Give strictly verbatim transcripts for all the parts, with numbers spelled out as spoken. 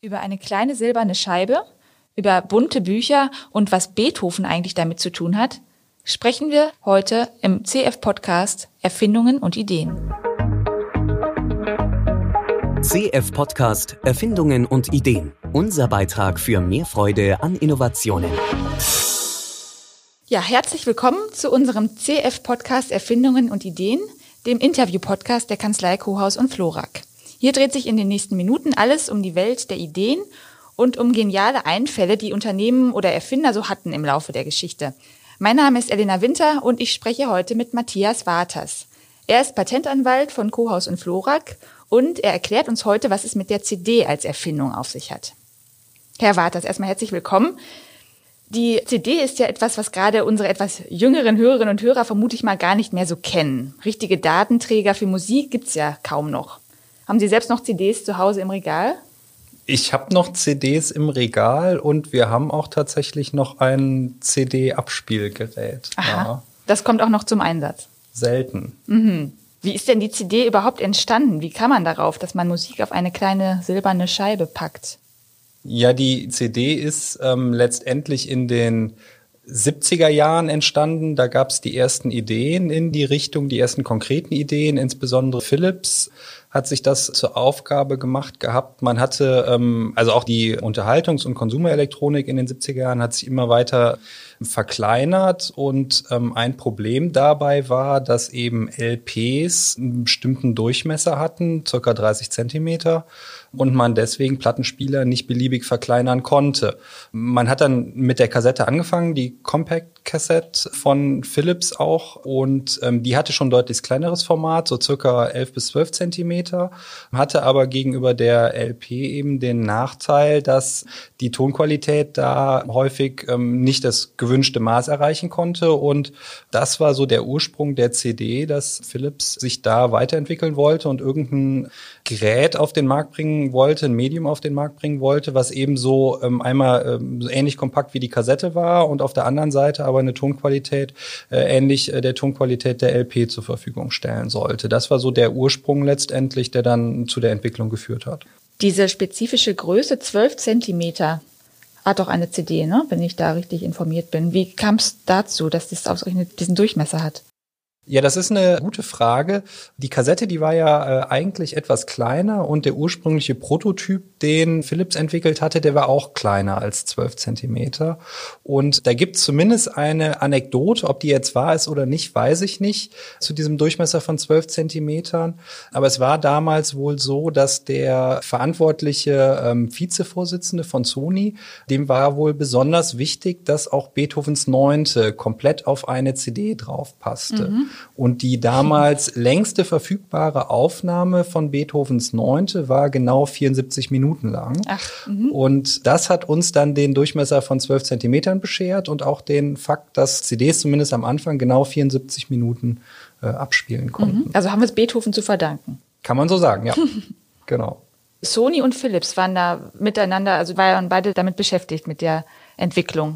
Über eine kleine silberne Scheibe, über bunte Bücher und was Beethoven eigentlich damit zu tun hat, sprechen wir heute im C F-Podcast Erfindungen und Ideen. C F-Podcast Erfindungen und Ideen. Unser Beitrag für mehr Freude an Innovationen. Ja, herzlich willkommen zu unserem C F-Podcast Erfindungen und Ideen, dem Interview-Podcast der Kanzlei Kohaus und Florack. Hier dreht sich in den nächsten Minuten alles um die Welt der Ideen und um geniale Einfälle, die Unternehmen oder Erfinder so hatten im Laufe der Geschichte. Mein Name ist Elena Winter und ich spreche heute mit Matthias Waters. Er ist Patentanwalt von Kohaus und Florack und er erklärt uns heute, was es mit der C D als Erfindung auf sich hat. Herr Waters, erstmal herzlich willkommen. Die C D ist ja etwas, was gerade unsere etwas jüngeren Hörerinnen und Hörer vermutlich mal gar nicht mehr so kennen. Richtige Datenträger für Musik gibt's ja kaum noch. Haben Sie selbst noch C Ds zu Hause im Regal? Ich habe noch C Ds im Regal und wir haben auch tatsächlich noch ein C D-Abspielgerät. Aha, ja. Das kommt auch noch zum Einsatz? Selten. Mhm. Wie ist denn die C D überhaupt entstanden? Wie kam man darauf, dass man Musik auf eine kleine silberne Scheibe packt? Ja, die C D ist ähm, letztendlich in den siebziger Jahren entstanden. Da gab es die ersten Ideen in die Richtung, die ersten konkreten Ideen, insbesondere Philips hat sich das zur Aufgabe gemacht gehabt. Man hatte, ähm, also auch die Unterhaltungs- und Konsumerelektronik in den siebziger Jahren hat sich immer weiter verkleinert und ähm, ein Problem dabei war, dass eben L Ps einen bestimmten Durchmesser hatten, circa dreißig Zentimeter, und man deswegen Plattenspieler nicht beliebig verkleinern konnte. Man hat dann mit der Kassette angefangen, die Compact Cassette von Philips auch, und ähm, die hatte schon deutlich kleineres Format, so circa elf bis zwölf Zentimeter, hatte aber gegenüber der L P eben den Nachteil, dass die Tonqualität da häufig ähm, nicht das gewünschte Maß erreichen konnte, und das war so der Ursprung der C D, dass Philips sich da weiterentwickeln wollte und irgendein Gerät auf den Markt bringen wollte, ein Medium auf den Markt bringen wollte, was eben so ähm, einmal ähm, so ähnlich kompakt wie die Kassette war und auf der anderen Seite aber eine Tonqualität äh, ähnlich äh, der Tonqualität der L P zur Verfügung stellen sollte. Das war so der Ursprung letztendlich, der dann zu der Entwicklung geführt hat. Diese spezifische Größe, zwölf Zentimeter, hat doch eine C D, ne? Wenn ich da richtig informiert bin. Wie kam es dazu, dass das ausgerechnet diesen Durchmesser hat? Ja, das ist eine gute Frage. Die Kassette, die war ja äh, eigentlich etwas kleiner, und der ursprüngliche Prototyp, den Philips entwickelt hatte, der war auch kleiner als zwölf Zentimeter. Und da gibt es zumindest eine Anekdote, ob die jetzt wahr ist oder nicht, weiß ich nicht, zu diesem Durchmesser von zwölf Zentimetern. Aber es war damals wohl so, dass der verantwortliche ähm, Vizevorsitzende von Sony, dem war wohl besonders wichtig, dass auch Beethovens Neunte komplett auf eine C D drauf passte. Mhm. Und die damals längste verfügbare Aufnahme von Beethovens Neunte war genau vierundsiebzig Minuten lang. Ach, und das hat uns dann den Durchmesser von zwölf Zentimetern beschert und auch den Fakt, dass C Ds zumindest am Anfang genau vierundsiebzig Minuten äh, abspielen konnten. Also haben wir es Beethoven zu verdanken. Kann man so sagen, ja. Genau. Sony und Philips waren da miteinander, also waren beide damit beschäftigt mit der Entwicklung.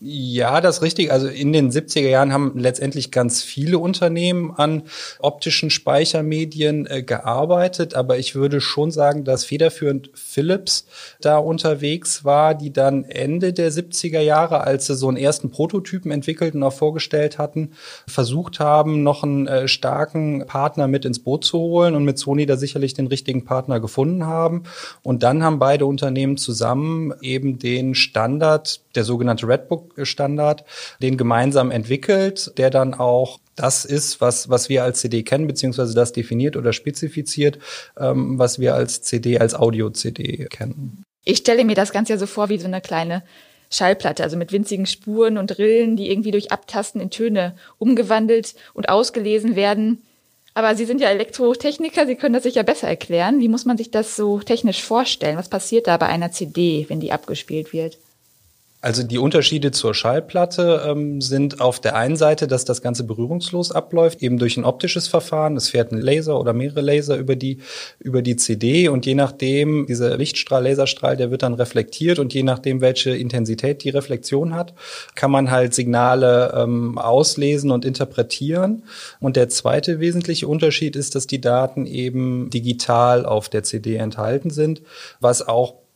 Ja, das ist richtig. Also in den siebziger Jahren haben letztendlich ganz viele Unternehmen an optischen Speichermedien äh, gearbeitet. Aber ich würde schon sagen, dass federführend Philips da unterwegs war, die dann Ende der siebziger Jahre, als sie so einen ersten Prototypen entwickelt und auch vorgestellt hatten, versucht haben, noch einen äh, starken Partner mit ins Boot zu holen und mit Sony da sicherlich den richtigen Partner gefunden haben. Und dann haben beide Unternehmen zusammen eben den Standard, der sogenannte Redbook-Standard, den gemeinsam entwickelt, der dann auch das ist, was was wir als C D kennen, beziehungsweise das definiert oder spezifiziert, ähm, was wir als C D, als Audio-C D kennen. Ich stelle mir das Ganze ja so vor wie so eine kleine Schallplatte, also mit winzigen Spuren und Rillen, die irgendwie durch Abtasten in Töne umgewandelt und ausgelesen werden. Aber Sie sind ja Elektrotechniker, Sie können das sicher besser erklären. Wie muss man sich das so technisch vorstellen? Was passiert da bei einer C D, wenn die abgespielt wird? Also die Unterschiede zur Schallplatte ähm, sind auf der einen Seite, dass das Ganze berührungslos abläuft, eben durch ein optisches Verfahren. Es fährt ein Laser oder mehrere Laser über die über die C D, und je nachdem, dieser Lichtstrahl, Laserstrahl, der wird dann reflektiert, und je nachdem, welche Intensität die Reflexion hat, kann man halt Signale ähm, auslesen und interpretieren. Und der zweite wesentliche Unterschied ist, dass die Daten eben digital auf der C D enthalten sind, was auch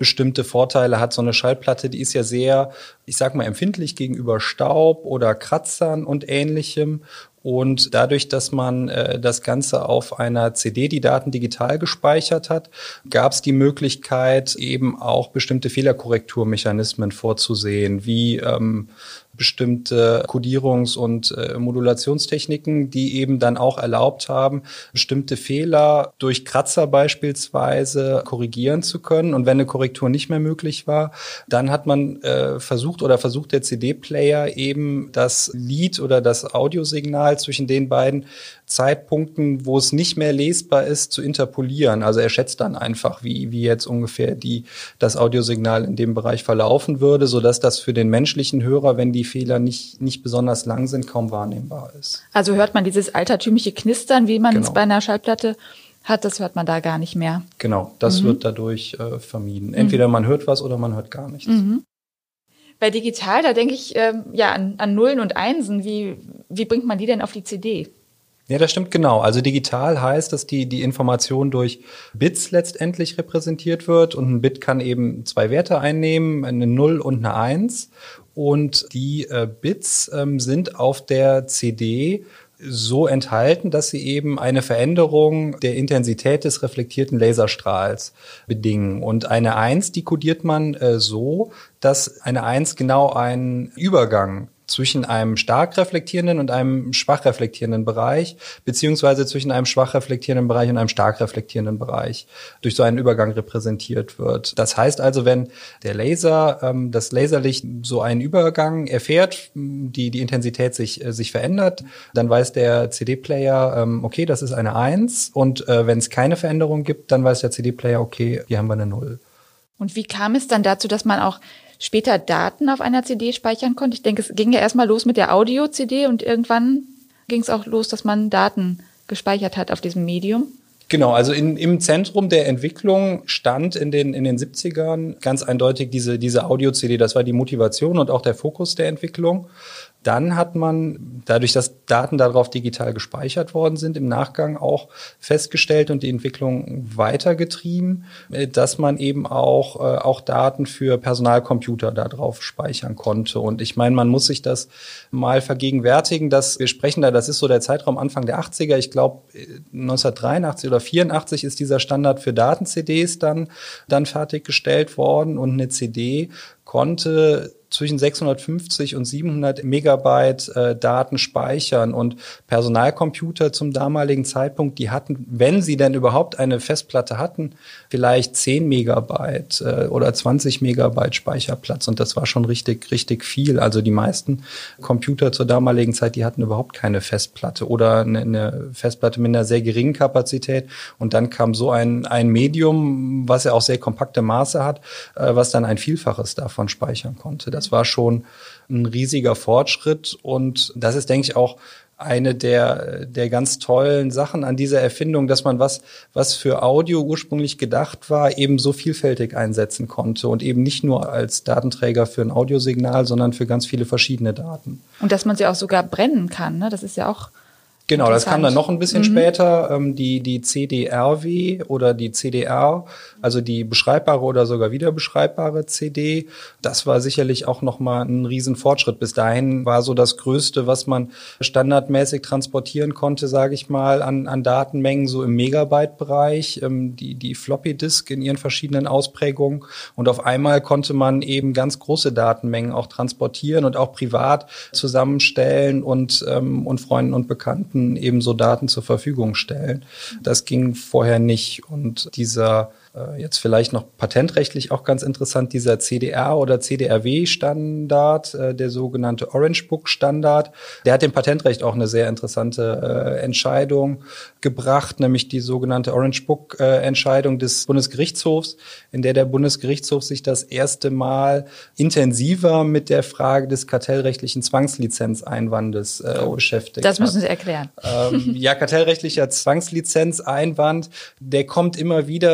bestimmte Vorteile hat. So eine Schallplatte, die ist ja sehr, ich sag mal, empfindlich gegenüber Staub oder Kratzern und Ähnlichem. Und dadurch, dass man äh, das Ganze auf einer C D, die Daten digital gespeichert hat, gab es die Möglichkeit, eben auch bestimmte Fehlerkorrekturmechanismen vorzusehen, wie ähm, bestimmte Kodierungs- und äh, Modulationstechniken, die eben dann auch erlaubt haben, bestimmte Fehler durch Kratzer beispielsweise korrigieren zu können. Und wenn eine Korrektur nicht mehr möglich war, dann hat man äh, versucht oder versucht der C D-Player eben das Lied oder das Audiosignal zwischen den beiden Zeitpunkten, wo es nicht mehr lesbar ist, zu interpolieren. Also er schätzt dann einfach, wie, wie jetzt ungefähr die, das Audiosignal in dem Bereich verlaufen würde, sodass das für den menschlichen Hörer, wenn die Fehler nicht, nicht besonders lang sind, kaum wahrnehmbar ist. Also hört man dieses altertümliche Knistern, wie man Genau. es bei einer Schallplatte hat, das hört man da gar nicht mehr. Genau, das mhm. wird dadurch äh, vermieden. Entweder man hört was oder man hört gar nichts. Mhm. Bei digital, da denke ich ähm, ja an, an Nullen und Einsen. Wie, wie bringt man die denn auf die C D? Ja, das stimmt genau. Also digital heißt, dass die, die Information durch Bits letztendlich repräsentiert wird. Und ein Bit kann eben zwei Werte einnehmen, eine Null und eine Eins. Und die äh, Bits ähm, sind auf der C D so enthalten, dass sie eben eine Veränderung der Intensität des reflektierten Laserstrahls bedingen. Und eine Eins, die kodiert man äh, so, dass eine Eins genau einen Übergang zwischen einem stark reflektierenden und einem schwach reflektierenden Bereich, beziehungsweise zwischen einem schwach reflektierenden Bereich und einem stark reflektierenden Bereich durch so einen Übergang repräsentiert wird. Das heißt also, wenn der Laser, ähm, das Laserlicht so einen Übergang erfährt, die, die Intensität sich, äh, sich verändert, dann weiß der C D-Player, ähm, okay, das ist eine Eins, und äh, wenn es keine Veränderung gibt, dann weiß der C D-Player, okay, hier haben wir eine Null. Und wie kam es dann dazu, dass man auch später Daten auf einer C D speichern konnte? Ich denke, es ging ja erstmal los mit der Audio-C D und irgendwann ging es auch los, dass man Daten gespeichert hat auf diesem Medium. Genau, also in, im Zentrum der Entwicklung stand in den, in den siebzigern ganz eindeutig diese, diese Audio-C D. Das war die Motivation und auch der Fokus der Entwicklung. Dann hat man, dadurch, dass Daten darauf digital gespeichert worden sind, im Nachgang auch festgestellt und die Entwicklung weitergetrieben, dass man eben auch, äh, auch Daten für Personalcomputer darauf speichern konnte. Und ich meine, man muss sich das mal vergegenwärtigen, dass wir sprechen da, das ist so der Zeitraum Anfang der achtziger, ich glaube neunzehnhundertdreiundachtzig oder vierundachtzig ist dieser Standard für Daten-C Ds dann, dann fertiggestellt worden, und eine C D konnte zwischen sechshundertfünfzig und siebenhundert Megabyte äh, Daten speichern, und Personalcomputer zum damaligen Zeitpunkt, die hatten, wenn sie denn überhaupt eine Festplatte hatten, vielleicht zehn Megabyte äh, oder zwanzig Megabyte Speicherplatz, und das war schon richtig, richtig viel. Also die meisten Computer zur damaligen Zeit, die hatten überhaupt keine Festplatte oder eine, eine Festplatte mit einer sehr geringen Kapazität, und dann kam so ein, ein Medium, was ja auch sehr kompakte Maße hat, äh, was dann ein Vielfaches davon speichern konnte. Das war schon ein riesiger Fortschritt, und das ist, denke ich, auch eine der, der ganz tollen Sachen an dieser Erfindung, dass man was, was für Audio ursprünglich gedacht war, eben so vielfältig einsetzen konnte und eben nicht nur als Datenträger für ein Audiosignal, sondern für ganz viele verschiedene Daten. Und dass man sie auch sogar brennen kann, ne? Das ist ja auch Genau, das kam dann noch ein bisschen mhm. später, ähm, die, die C D R W oder die C D R, also die beschreibbare oder sogar wiederbeschreibbare C D. Das war sicherlich auch nochmal ein Riesenfortschritt. Bis dahin war so das Größte, was man standardmäßig transportieren konnte, sage ich mal, an, an Datenmengen, so im Megabyte-Bereich, ähm, die, die Floppy-Disk in ihren verschiedenen Ausprägungen. Und auf einmal konnte man eben ganz große Datenmengen auch transportieren und auch privat zusammenstellen und, ähm, und Freunden und Bekannten ebenso Daten zur Verfügung stellen. Das ging vorher nicht, und dieser jetzt vielleicht noch patentrechtlich auch ganz interessant, dieser C D R oder C D R W-Standard, äh, der sogenannte Orange Book-Standard, der hat dem Patentrecht auch eine sehr interessante äh, Entscheidung gebracht, nämlich die sogenannte Orange Book-Entscheidung äh, des Bundesgerichtshofs, in der der Bundesgerichtshof sich das erste Mal intensiver mit der Frage des kartellrechtlichen Zwangslizenzeinwandes äh, oh, beschäftigt. Das müssen Sie erklären. Ähm, ja, kartellrechtlicher Zwangslizenzeinwand, der kommt immer wieder, wenn es um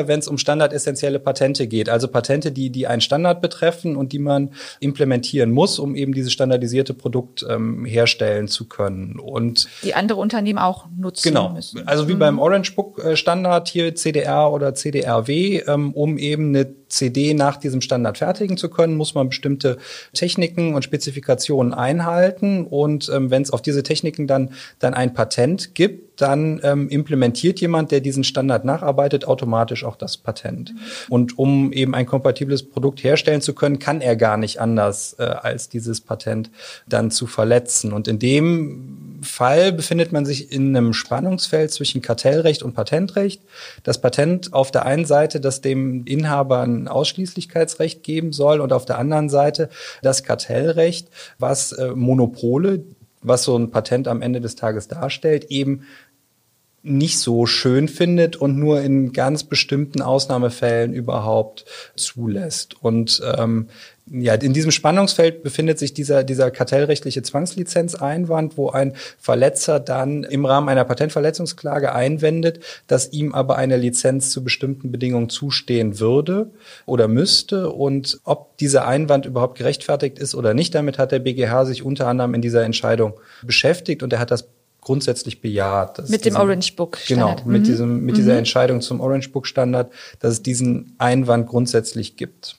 standardessentielle Patente geht. Also Patente, die, die einen Standard betreffen und die man implementieren muss, um eben dieses standardisierte Produkt ähm, herstellen zu können. Und die andere Unternehmen auch nutzen genau, müssen. Genau, also wie mhm. beim Orange Book Standard hier C D R oder C D R W, ähm, um eben eine C D nach diesem Standard fertigen zu können, muss man bestimmte Techniken und Spezifikationen einhalten. Und ähm, wenn es auf diese Techniken dann, dann ein Patent gibt, dann ähm, implementiert jemand, der diesen Standard nacharbeitet, automatisch auch das Patent. Mhm. Und um eben ein kompatibles Produkt herstellen zu können, kann er gar nicht anders, äh, als dieses Patent dann zu verletzen. Und in dem Fall befindet man sich in einem Spannungsfeld zwischen Kartellrecht und Patentrecht. Das Patent auf der einen Seite, das dem Inhaber ein Ausschließlichkeitsrecht geben soll, und auf der anderen Seite das Kartellrecht, was äh, Monopole, was so ein Patent am Ende des Tages darstellt, eben nicht so schön findet und nur in ganz bestimmten Ausnahmefällen überhaupt zulässt. Und ähm, ja, in diesem Spannungsfeld befindet sich dieser dieser kartellrechtliche Zwangslizenzeinwand, wo ein Verletzer dann im Rahmen einer Patentverletzungsklage einwendet, dass ihm aber eine Lizenz zu bestimmten Bedingungen zustehen würde oder müsste. Und ob dieser Einwand überhaupt gerechtfertigt ist oder nicht, damit hat der B G H sich unter anderem in dieser Entscheidung beschäftigt, und er hat das grundsätzlich bejaht. Mit dem Orange Book Standard. Genau, mit, mhm. diesem, mit dieser mhm. Entscheidung zum Orange Book Standard, dass es diesen Einwand grundsätzlich gibt.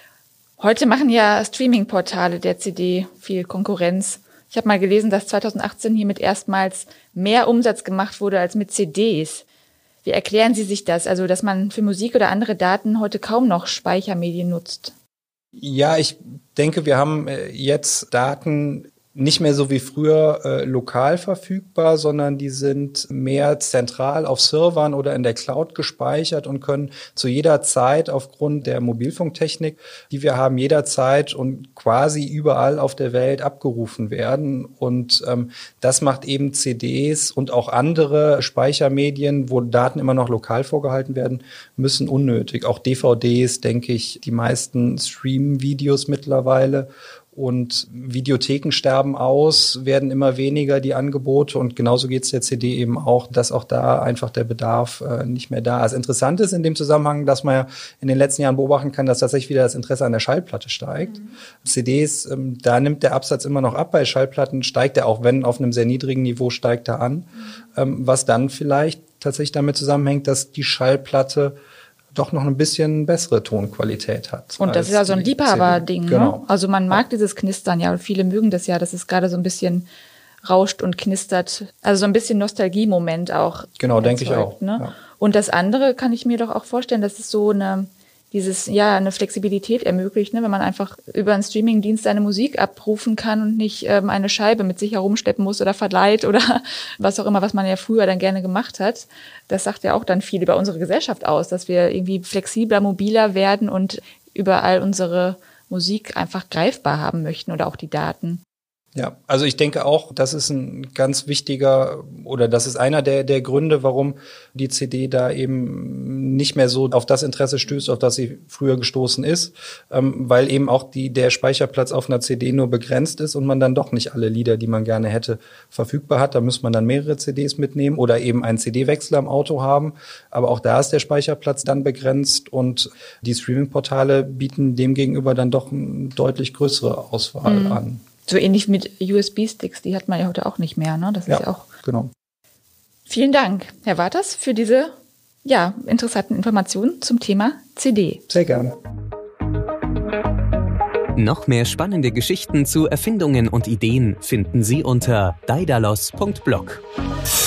Heute machen ja Streaming-Portale der C D viel Konkurrenz. Ich habe mal gelesen, dass zweitausendachtzehn hiermit erstmals mehr Umsatz gemacht wurde als mit C Ds. Wie erklären Sie sich das? Also, dass man für Musik oder andere Daten heute kaum noch Speichermedien nutzt? Ja, ich denke, wir haben jetzt Daten nicht mehr so wie früher äh, lokal verfügbar, sondern die sind mehr zentral auf Servern oder in der Cloud gespeichert und können zu jeder Zeit aufgrund der Mobilfunktechnik, die wir haben, jederzeit und quasi überall auf der Welt abgerufen werden. Und ähm, das macht eben C Ds und auch andere Speichermedien, wo Daten immer noch lokal vorgehalten werden müssen, unnötig. Auch D V Ds, denke ich, die meisten Stream-Videos mittlerweile. Und Videotheken sterben aus, werden immer weniger die Angebote, und genauso geht es der C D eben auch, dass auch da einfach der Bedarf äh, nicht mehr da ist. Interessant ist in dem Zusammenhang, dass man ja in den letzten Jahren beobachten kann, dass tatsächlich wieder das Interesse an der Schallplatte steigt. Mhm. C Ds, ähm, da nimmt der Absatz immer noch ab, bei Schallplatten steigt er, auch wenn auf einem sehr niedrigen Niveau, steigt er an, mhm. ähm, was dann vielleicht tatsächlich damit zusammenhängt, dass die Schallplatte doch noch ein bisschen bessere Tonqualität hat. Und das ist ja so ein Liebhaberding, genau. Ne? Also man mag ja. dieses Knistern ja, und viele mögen das ja, dass es gerade so ein bisschen rauscht und knistert. Also so ein bisschen Nostalgie-Moment auch. Genau, denke ich auch. Ne? Ja. Und das andere kann ich mir doch auch vorstellen, dass es so eine, dieses, ja, eine Flexibilität ermöglicht, ne? Wenn man einfach über einen Streamingdienst seine Musik abrufen kann und nicht ähm, eine Scheibe mit sich herumschleppen muss oder verleiht oder was auch immer, was man ja früher dann gerne gemacht hat. Das sagt ja auch dann viel über unsere Gesellschaft aus, dass wir irgendwie flexibler, mobiler werden und überall unsere Musik einfach greifbar haben möchten oder auch die Daten. Ja, also ich denke auch, das ist ein ganz wichtiger, oder das ist einer der, der Gründe, warum die C D da eben nicht mehr so auf das Interesse stößt, auf das sie früher gestoßen ist, ähm, weil eben auch die, der Speicherplatz auf einer C D nur begrenzt ist und man dann doch nicht alle Lieder, die man gerne hätte, verfügbar hat. Da müsste man dann mehrere C Ds mitnehmen oder eben einen C D-Wechsler im Auto haben. Aber auch da ist der Speicherplatz dann begrenzt, und die Streaming-Portale bieten demgegenüber dann doch eine deutlich größere Auswahl mhm. an. So ähnlich mit U S B-Sticks, die hat man ja heute auch nicht mehr, ne? Das ist ja, ja auch. Genau. Vielen Dank, Herr Waters, für diese ja, interessanten Informationen zum Thema C D. Sehr gerne. Noch mehr spannende Geschichten zu Erfindungen und Ideen finden Sie unter daedalus punkt blog.